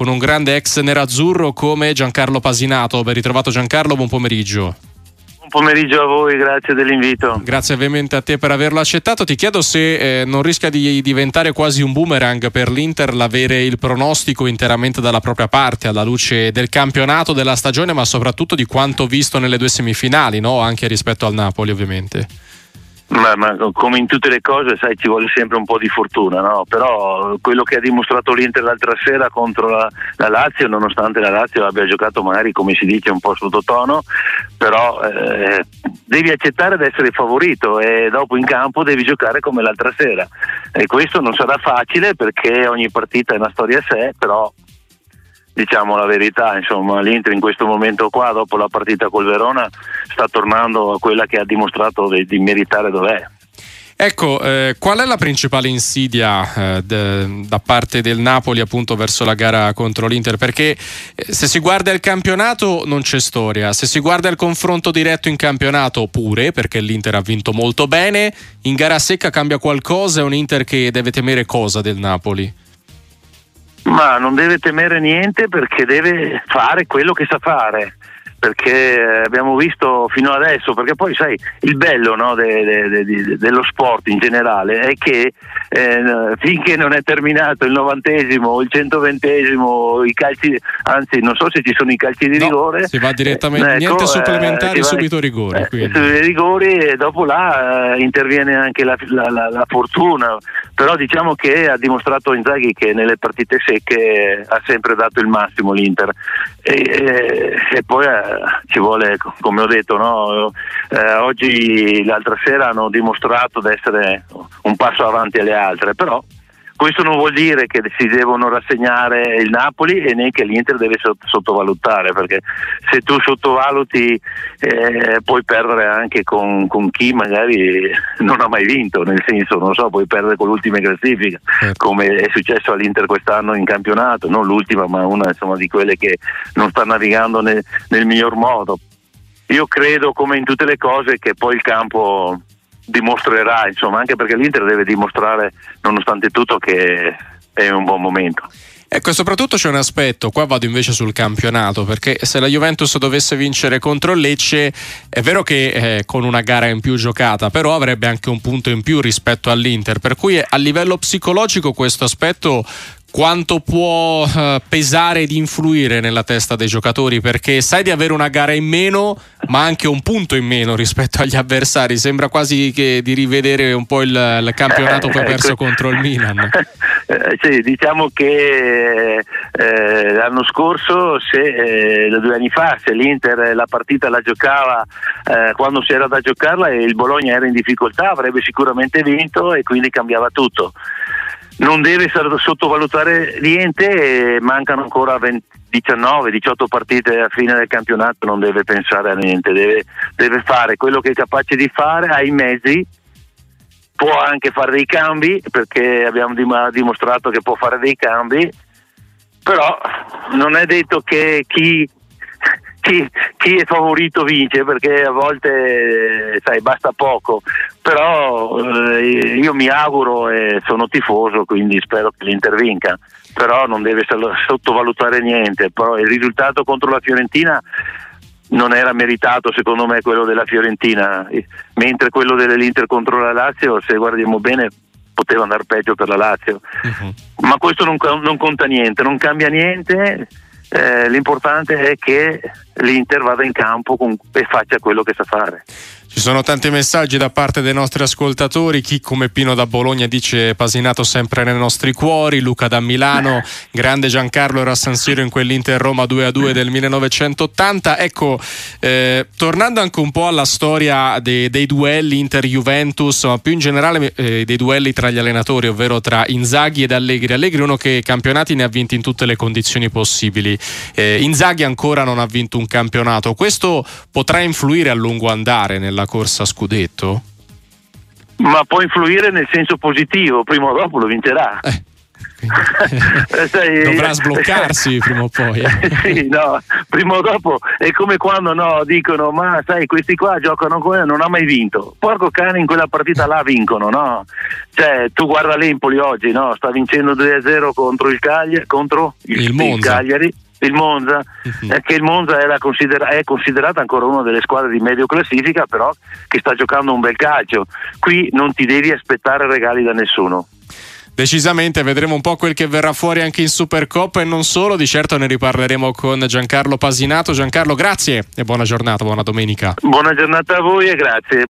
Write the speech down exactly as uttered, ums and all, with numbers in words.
con un grande ex nerazzurro come Giancarlo Pasinato. Ben ritrovato Giancarlo, buon pomeriggio. Buon pomeriggio a voi, grazie dell'invito. Grazie ovviamente a te per averlo accettato. Ti chiedo se eh, non rischia di diventare quasi un boomerang per l'Inter l'avere il pronostico interamente dalla propria parte, alla luce del campionato, della stagione, ma soprattutto di quanto visto nelle due semifinali, no? Anche rispetto al Napoli ovviamente. Ma, ma come in tutte le cose, sai, ci vuole sempre un po' di fortuna, no? Però quello che ha dimostrato l'Inter l'altra sera contro la, la Lazio, nonostante la Lazio abbia giocato magari, come si dice, un po' sottotono, però eh, devi accettare di essere favorito e dopo in campo devi giocare come l'altra sera, e questo non sarà facile perché ogni partita è una storia a sé, però diciamo la verità, insomma, l'Inter in questo momento qua, dopo la partita col Verona, sta tornando a quella che ha dimostrato di, di meritare dov'è. Ecco, eh, qual è la principale insidia eh, de, da parte del Napoli appunto verso la gara contro l'Inter? Perché eh, se si guarda il campionato non c'è storia, se si guarda il confronto diretto in campionato pure, perché l'Inter ha vinto molto bene, in gara secca cambia qualcosa, è un Inter che deve temere cosa del Napoli? Ma non deve temere niente perché deve fare quello che sa fare, perché abbiamo visto fino adesso, perché poi sai il bello, no, de, de, de, dello sport in generale è che eh, finché non è terminato il novantesimo o il centoventesimo, i calci, anzi non so se ci sono i calci di no, rigore, si va direttamente, eh, niente ecco, supplementari, eh, subito rigori, eh, sui rigori, e dopo là eh, interviene anche la, la, la, la fortuna, però diciamo che ha dimostrato Inzaghi che nelle partite secche ha sempre dato il massimo l'Inter, e, e, e poi eh, ci vuole, come ho detto, no? eh, oggi l'altra sera hanno dimostrato di essere un passo avanti alle altre, però questo non vuol dire che si devono rassegnare il Napoli e né che l'Inter deve sottovalutare, perché se tu sottovaluti eh, puoi perdere anche con, con chi magari non ha mai vinto, nel senso, non so, puoi perdere con l'ultima classifica, come è successo all'Inter quest'anno in campionato, non l'ultima ma una, insomma, di quelle che non sta navigando nel, nel miglior modo. Io credo, come in tutte le cose, che poi il campo dimostrerà, insomma, anche perché l'Inter deve dimostrare nonostante tutto che è un buon momento. Ecco, e soprattutto c'è un aspetto, qua vado invece sul campionato, perché se la Juventus dovesse vincere contro il Lecce è vero che eh, con una gara in più giocata, però avrebbe anche un punto in più rispetto all'Inter, per cui a livello psicologico questo aspetto quanto può uh, pesare ed influire nella testa dei giocatori, perché sai di avere una gara in meno ma anche un punto in meno rispetto agli avversari, sembra quasi che di rivedere un po' il, il campionato poi perso contro il Milan. Eh, sì, diciamo che eh, l'anno scorso, se eh, due anni fa, se l'Inter la partita la giocava eh, quando c'era da giocarla e il Bologna era in difficoltà, avrebbe sicuramente vinto e quindi cambiava tutto. Non deve sottovalutare niente, mancano ancora venti, diciannove diciotto partite alla fine del campionato, non deve pensare a niente, deve, deve fare quello che è capace di fare, ha i mezzi, può anche fare dei cambi perché abbiamo dimostrato che può fare dei cambi, però non è detto che chi, chi, chi è favorito vince, perché a volte sai basta poco, però eh, io mi auguro e sono tifoso, quindi spero che l'Inter vinca, però non deve sottovalutare niente. Però il risultato contro la Fiorentina non era meritato secondo me, quello della Fiorentina, mentre quello dell'Inter contro la Lazio, se guardiamo bene, poteva andare peggio per la Lazio. Uh-huh. Ma questo non, non conta niente, non cambia niente, eh, l'importante è che l'Inter vada in campo con, e faccia quello che sa fare. Ci sono tanti messaggi da parte dei nostri ascoltatori, chi come Pino da Bologna dice Pasinato sempre nei nostri cuori, Luca da Milano, grande Giancarlo era a San Siro in quell'Inter Roma due a due del millenovecentottanta. Ecco, eh, tornando anche un po' alla storia de, dei duelli Inter-Juventus, ma più in generale eh, dei duelli tra gli allenatori, ovvero tra Inzaghi ed Allegri. Allegri uno che campionati ne ha vinti in tutte le condizioni possibili, eh, Inzaghi ancora non ha vinto un campionato, questo potrà influire a lungo andare nella corsa a scudetto? Ma può influire nel senso positivo, prima o dopo lo vincerà. Eh, Sai, dovrà sbloccarsi prima o poi. Sì, no, prima o dopo è come quando no, dicono ma sai questi qua giocano come non ha mai vinto. Porco cane, in quella partita là vincono, no? Cioè tu guarda l'Empoli oggi, no? Sta vincendo due a zero contro il Cagliari, contro il, il Monza. il Cagliari. Il Monza, uh-huh. è che il Monza è, la considera- è considerata ancora una delle squadre di medio classifica, però che sta giocando un bel calcio. Qui non ti devi aspettare regali da nessuno. Decisamente, vedremo un po' quel che verrà fuori anche in Supercoppa e non solo. Di certo ne riparleremo con Giancarlo Pasinato. Giancarlo, grazie e buona giornata, buona domenica. Buona giornata a voi e grazie.